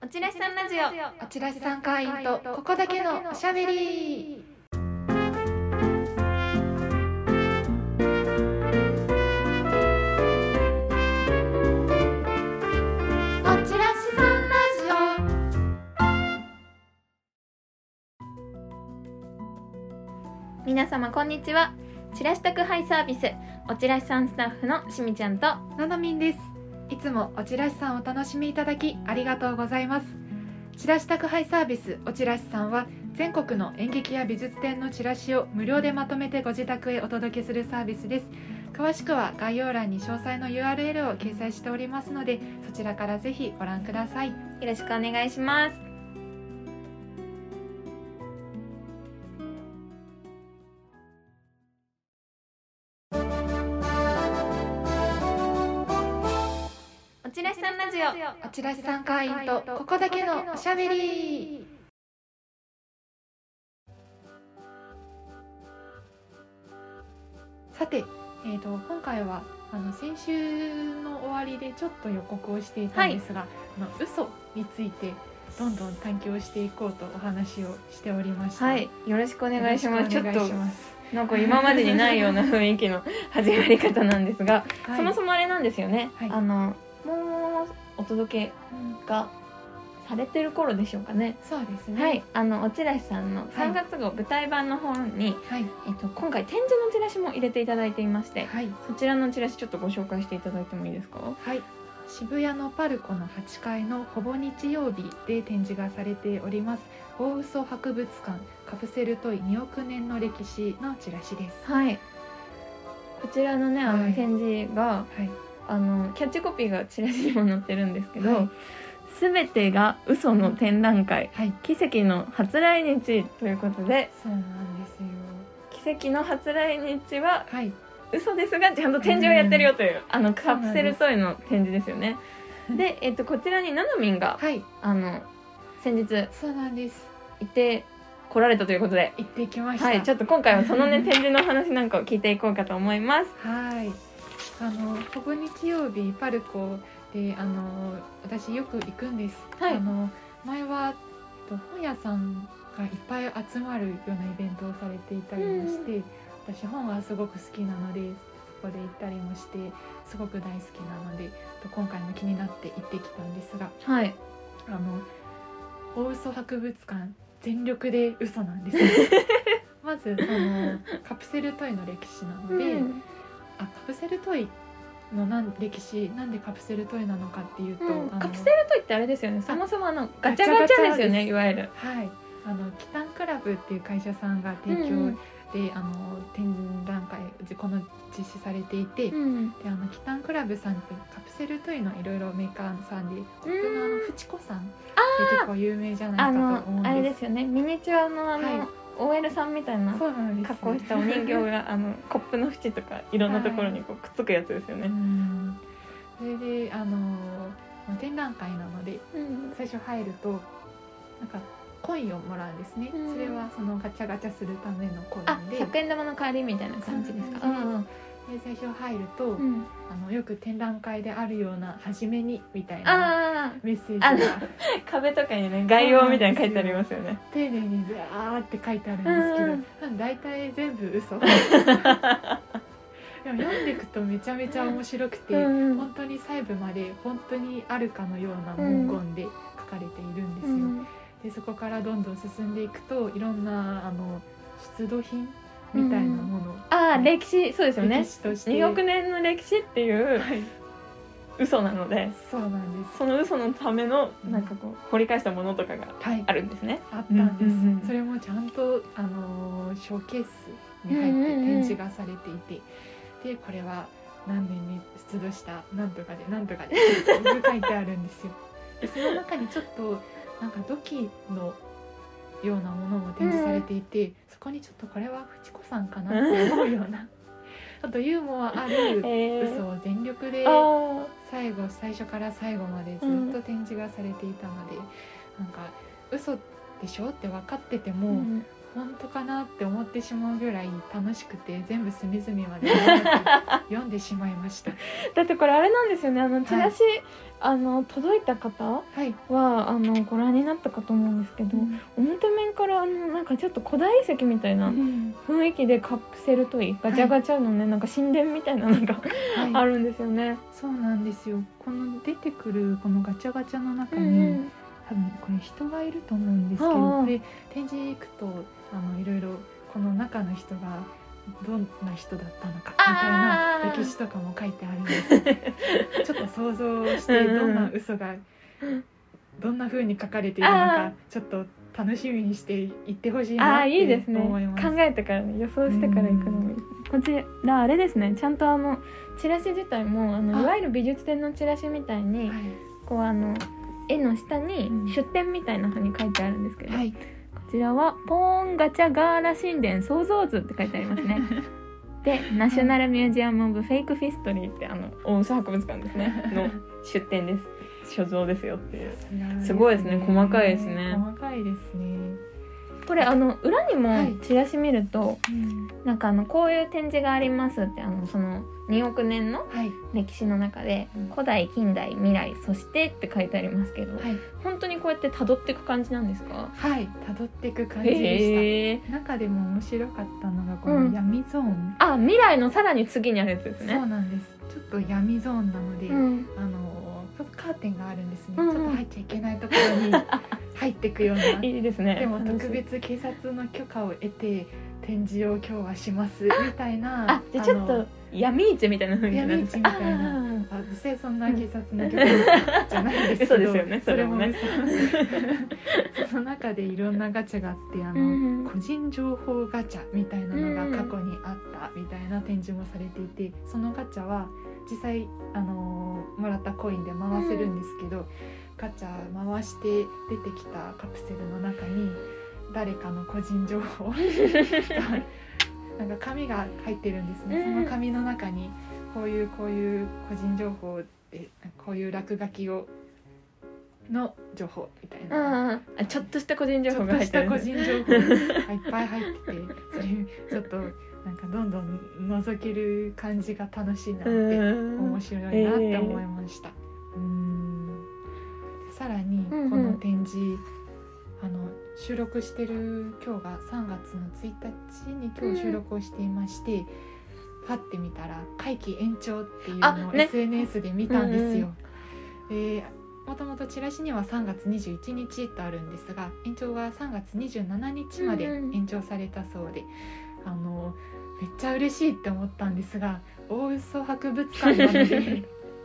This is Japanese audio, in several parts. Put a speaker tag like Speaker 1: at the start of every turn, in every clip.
Speaker 1: おちらしさんラジオ。
Speaker 2: おちらしさん会員とここだけのおしゃべり。おちらしさんラジ
Speaker 1: オ。皆様こんにちは。チラシ宅配サービスおちらしさんスタッフのしみちゃんと
Speaker 2: オ。ななみんです。いつもおちらしさんをお楽しみいただきありがとうございます。チラシ宅配サービスおちらしさんは全国の演劇や美術展のチラシを無料でまとめてご自宅へお届けするサービスです。詳しくは概要欄に詳細の URL を掲載しておりますので、そちらからぜひご覧ください。
Speaker 1: よろしくお願いします。おちらしさんラジオ。
Speaker 2: おちらしさん会員とここだけのおしゃべり。さて、今回は先週の終わりでちょっと予告をしていたんですが、嘘についてどんどん探求していこうとお話をしておりました。
Speaker 1: はい、よろしくお願いします。
Speaker 2: よろしくお願いし
Speaker 1: ちょっと
Speaker 2: ます
Speaker 1: なんか今までにないような雰囲気の始まり方なんですが、
Speaker 2: はい、
Speaker 1: そもそもあれなんですよね、
Speaker 2: はい、
Speaker 1: もうお届けがされてる頃でしょうかね。
Speaker 2: そうですね。
Speaker 1: はい、おちらしさんの3月号舞台版の本に、
Speaker 2: はい、
Speaker 1: 今回展示のチラシも入れていただいていまして、
Speaker 2: はい、
Speaker 1: そちらのチラシちょっとご紹介していただいてもいいですか？
Speaker 2: はい、渋谷のパルコの8階のほぼ日曜日で展示がされております大嘘博物館カプセルトイ2億年の歴史のチラシです。
Speaker 1: はい、こちらのね
Speaker 2: はい
Speaker 1: 展示が、
Speaker 2: はい、
Speaker 1: キャッチコピーがチラシにも載ってるんですけど、
Speaker 2: はい
Speaker 1: すべてが嘘の展覧会、
Speaker 2: はい、
Speaker 1: 奇跡の初来日ということで、
Speaker 2: そうなんですよ。
Speaker 1: 奇跡の初来日は
Speaker 2: はい、
Speaker 1: 嘘ですがちゃんと展示をやってるよという、カプセルトイの展示ですよね。で、こちらにななみんが、
Speaker 2: はい、
Speaker 1: 先日
Speaker 2: そうなんです。
Speaker 1: 行って来られたということで、
Speaker 2: 行ってきました。
Speaker 1: はい、ちょっと今回はそのね展示の話なんかを聞いていこうかと思います。
Speaker 2: はい、ほぼ日曜日パルコで私よく行くんです。
Speaker 1: はい、
Speaker 2: 前は本屋さんがいっぱい集まるようなイベントをされていたりもして、私本がすごく好きなのでそこで行ったりもしてすごく大好きなので今回も気になって行ってきたんですが、
Speaker 1: はい、
Speaker 2: 大嘘博物館全力で嘘なんですまずカプセルトイの歴史なので、カプセルトイの歴史なんでカプセルトイなのかっていうと、
Speaker 1: カプセルトイってあれですよね、そもそもガチャガチャですよね、いわゆる。
Speaker 2: はい、キタンクラブっていう会社さんが提供で、展覧会この実施されていて、でキタンクラブさんってカプセルトイのいろいろメーカーさんで、コップのフチコさんって結構有名じゃないかと思うんです。
Speaker 1: あれですよね、ミニチュアの
Speaker 2: はい、
Speaker 1: OL さんみたいな格好したお人形がコップの縁とかいろんなところにこうくっつくやつですよね。
Speaker 2: それで展覧会なので、最初入るとなんかコインをもらうんですね。それはそのガチャガチャするためのコインで、
Speaker 1: 100円玉の代わりみたいな感じですか？
Speaker 2: で最初入ると、よく展覧会であるような初めにみたいなメッセージが
Speaker 1: 壁とかにね概要みたいに書いてありますよね。
Speaker 2: 丁寧にザーって書いてあるんですけど、大体全部嘘でも読んでいくとめちゃめちゃ面白くて、本当に細部まで本当にあるかのような文言で書かれているんですよ。でそこからどんどん進んでいくといろんな出土品みたいなもの、
Speaker 1: 歴史、そうですよね、
Speaker 2: 歴史として
Speaker 1: 2億年の歴史っていう、嘘なので、
Speaker 2: そうなんです。
Speaker 1: その嘘のためのなんかこう掘り返したものとかがあるんですね。
Speaker 2: あったんです。それもちゃんとショーケースに入って展示がされていて、でこれは何年に出土したなんとかでなんとかで書いてあるんですよ。でその中にちょっとなんか土器のようなものも展示されていて、そこにちょっとこれはフチコさんかなって思うようなちょっとユーモアある嘘を全力で最初から最後までずっと展示がされていたので、なんか嘘でしょって分かってても、本当かなって思ってしまうぐらい楽しくて、全部隅々まで読んでしまいました。
Speaker 1: だってこれあれなんですよね、チラシ、届いた方は、ご覧になったかと思うんですけど、表面からなんかちょっと古代遺跡みたいな雰囲気でカプセルトイガチャガチャのね、なんか神殿みたいなのがあるんですよね。
Speaker 2: そうなんですよ。この出てくるこのガチャガチャの中に、多分これ人がいると思うんですけど、これ展示行くといろいろこの中の人がどんな人だったのかみたいな歴史とかも書いてあるんですちょっと想像してどんな嘘がどんな風に書かれているのかちょっと楽しみにしていってほしいなって思います。
Speaker 1: 考えてからね、予想してから行くのもいい。こちらあれですね、ちゃんとチラシ自体もいわゆる美術展のチラシみたいに、こう絵の下に出典みたいな風に書いてあるんですけど、こちらはポーンガチャガーラ神殿創造図って書いてありますね。でナショナルミュージアム・オブ・フェイク・フィストリーって大嘘博物館ですねの出展です。所蔵ですよっていう。すごいですね、細かいですね。
Speaker 2: 細かいですね。
Speaker 1: これ裏にもチラシ見ると、なんかこういう展示がありますってその2億年の歴史の中で、古代近代未来そしてって書いてありますけど、本当にこうやって辿っていく感じなんですか？
Speaker 2: はい、辿っていく感じでした。中でも面白かったのがこの闇ゾーン、
Speaker 1: 未来のさらに次にあるやつですね。
Speaker 2: そうなんです。ちょっと闇ゾーンなので、カーテンがあるんですね、ちょっと入っちゃいけないところに入っていくようない
Speaker 1: いですね。
Speaker 2: でも特別警察の許可を得て展示を今日はしますみたいな。
Speaker 1: じゃあちょっと闇市みたいな風になるんですか？
Speaker 2: 闇市みたいな。実際そんな警察の許可じゃないですけど、
Speaker 1: 嘘ですよね、それもね。
Speaker 2: その中でいろんなガチャがあって個人情報ガチャみたいなのが過去にあったみたいな展示もされていて、そのガチャは実際もらったコインで回せるんですけど、ガチャ回して出てきたカプセルの中に誰かの個人情報なんか紙が入ってるんですね。その紙の中にこういう個人情報でこういう落書きをの情報みたいな、
Speaker 1: ちょっとした個人情報が入ってる。
Speaker 2: ちょっとした個人情報がいっぱい入ってて、それちょっとなんかどんどん覗ける感じが楽しいなって面白いなって思いました。さらにこの展示、収録してる今日が3月の1日に今日収録をしていまして、パッて見たら会期延長っていうのを SNS で見たんですよ。もともとチラシには3月21日とあるんですが、延長は3月27日まで延長されたそうで、めっちゃ嬉しいって思ったんですが、大嘘博物館なので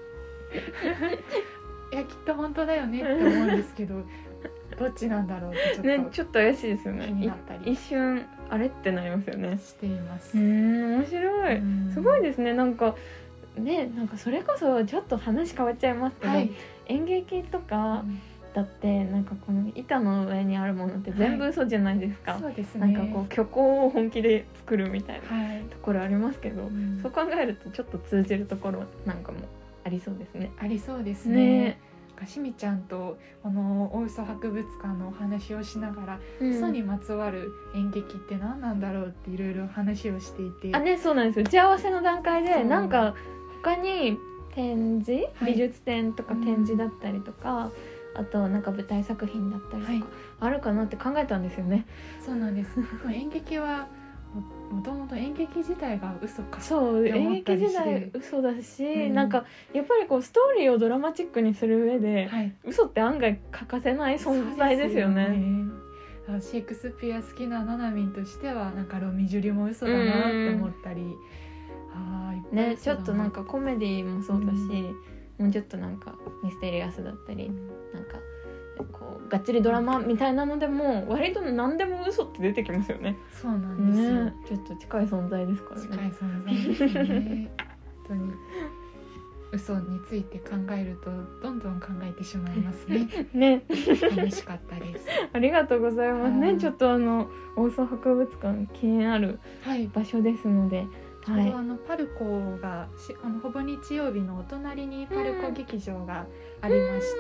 Speaker 2: いやきっと本当だよねって思うんですけど、どっちなんだろうって
Speaker 1: ちょっと怪しいですよね。
Speaker 2: 気になったり
Speaker 1: 一瞬あれってなりますよね。
Speaker 2: しています。
Speaker 1: 面白い。すごいですね。なんかそれこそちょっと話変わっちゃいますけど、演劇とかだってなんかこの板の上にあるものって全部嘘じゃないですか。
Speaker 2: そうですね。
Speaker 1: なんかこう虚構を本気で作るみたいなところありますけど、そう考えるとちょっと通じるところなんかもありそうですね。
Speaker 2: ありそうですね。しみちゃんとこの大嘘博物館のお話をしながら、嘘にまつわる演劇って何なんだろうっていろいろ話をしていて、
Speaker 1: そうなんですよ。打ち合わせの段階でなんか他に展示、美術展とか展示だったりとか、あとなんか舞台作品だったりとかあるかなって考えたんですよね。
Speaker 2: そうなんです。演劇はもともと演劇自体が嘘か。
Speaker 1: そう、演劇自体嘘だし、なんかやっぱりこうストーリーをドラマチックにする上で、嘘って案外欠かせない存在ですよね。
Speaker 2: シェイクスピア好きなナナミンとしてはなんかロミジュリも嘘だなって思ったり、
Speaker 1: ちょっとなんかコメディもそうだし、もうちょっとなんかミステリアスだったり、なんかこうがっつりドラマみたいなのでも割と何でも嘘って出てきますよね。
Speaker 2: そうなんですよ。
Speaker 1: ちょっと近い存在ですからね。
Speaker 2: 近い存在ですね。本当に嘘について考えるとどんどん考えてしまいますね。楽しかったです。
Speaker 1: ありがとうございますね。ちょっと大嘘博物館気になる場所ですので。
Speaker 2: パルコがほぼ日曜日のお隣にパルコ劇場がありまして、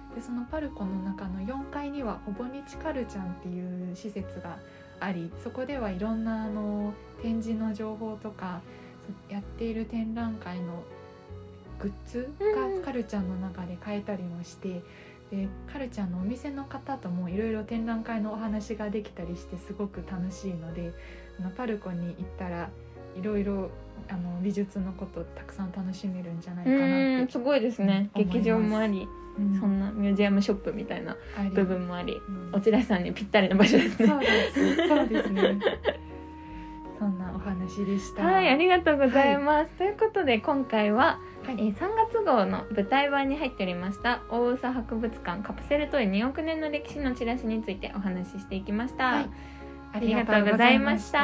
Speaker 2: でそのパルコの中の4階にはほぼ日カルチャンっていう施設があり、そこではいろんな展示の情報とかやっている展覧会のグッズがカルチャンの中で買えたりもして、でカルチャンのお店の方ともいろいろ展覧会のお話ができたりしてすごく楽しいので、パルコに行ったらいろいろ美術のことたくさん楽しめるんじゃないかなって。
Speaker 1: すごいですね、劇場もあり、そんなミュージアムショップみたいな部分もあり、おちらしさんにぴったりの場所ですね。
Speaker 2: そうですねそんなお話でした。
Speaker 1: はい、ありがとうございます、ということで今回は、3月号の舞台版に入っておりました大宇佐博物館カプセルトイ2億年の歴史のチラシについてお話ししていきました、ありがとうございました。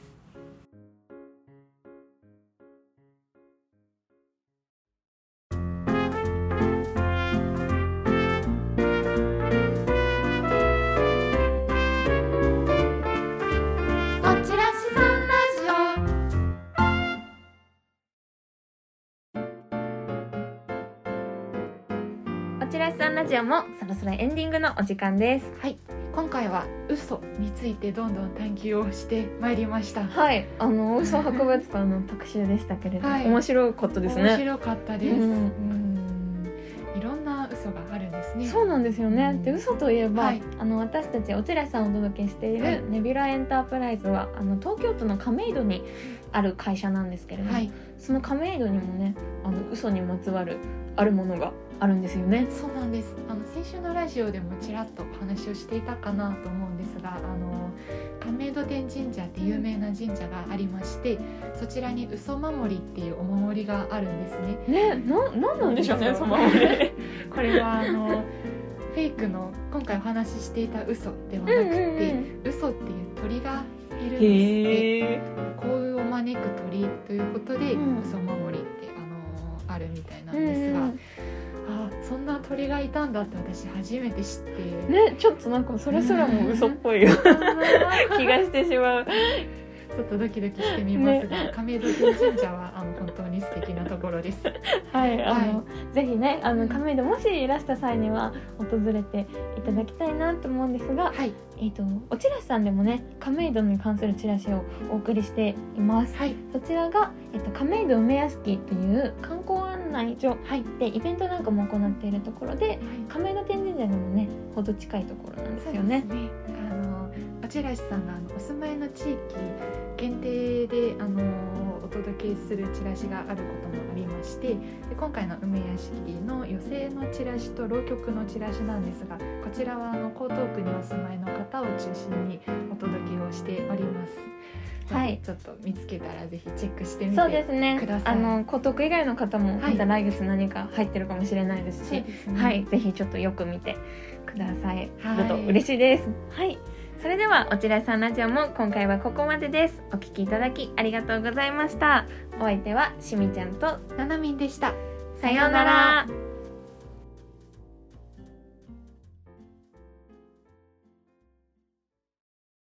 Speaker 1: おちらしさんラジオもそろそろエンディングのお時間です。
Speaker 2: はい、今回は嘘についてどんどん探求をしてまいりました。
Speaker 1: はい、嘘博物館の特集でしたけれども、面白かったですね。
Speaker 2: 面白かったです、いろんな嘘があるんですね。
Speaker 1: そうなんですよね、で嘘といえば、私たちおちらしさんをお届けしているネビュラエンタープライズは東京都の亀戸にある会社なんですけれども、その亀戸にもね嘘にまつわるあるものがあるんですよね。
Speaker 2: そうなんです。先週のラジオでもちらっとお話をしていたかなと思うんですが、亀戸天神社って有名な神社がありまして、そちらに嘘守りっていうお守りがあるんですね。
Speaker 1: なんなんでしょうね、その守り
Speaker 2: これはフェイクの今回お話ししていた嘘ではなくて、嘘っていう鳥がいるんですね。幸運を招く鳥ということで、嘘守りってあるみたいなんですが、そんな鳥がいたんだって私初めて知って
Speaker 1: ね、ちょっとなんかそれすらも嘘っぽいよ気がしてしまう。
Speaker 2: ちょっとドキドキしてみますが、亀戸天神社は本当に素敵なところです。
Speaker 1: はい、ぜひね亀戸もしいらした際には訪れていただきたいなと思うんですが、おちらしさんでもね亀戸に関するチラシをお送りしています。そちらが、亀戸梅屋敷という観光案内所でイベントなんかも行っているところで、亀戸天神社にもねほど近いところなんですよね。
Speaker 2: おちらしさんがお住まいの地域限定でお届けするチラシがあることもありまして、で今回の梅屋敷の寄席のチラシと浪曲のチラシなんですが、こちらは江東区にお住まいの方を中心にお届けをしております。ちょっと見つけたらぜひチェックしてみてください。そうですね、江
Speaker 1: 東区以外の方もまた来月何か入ってるかもしれないですし、ぜひちょっとよく見てくださいると嬉しいです。それではおちらしさんラジオも今回はここまでです。お聞きいただきありがとうございました。お相手はしみちゃんと
Speaker 2: ななみんでした。
Speaker 1: さようなら。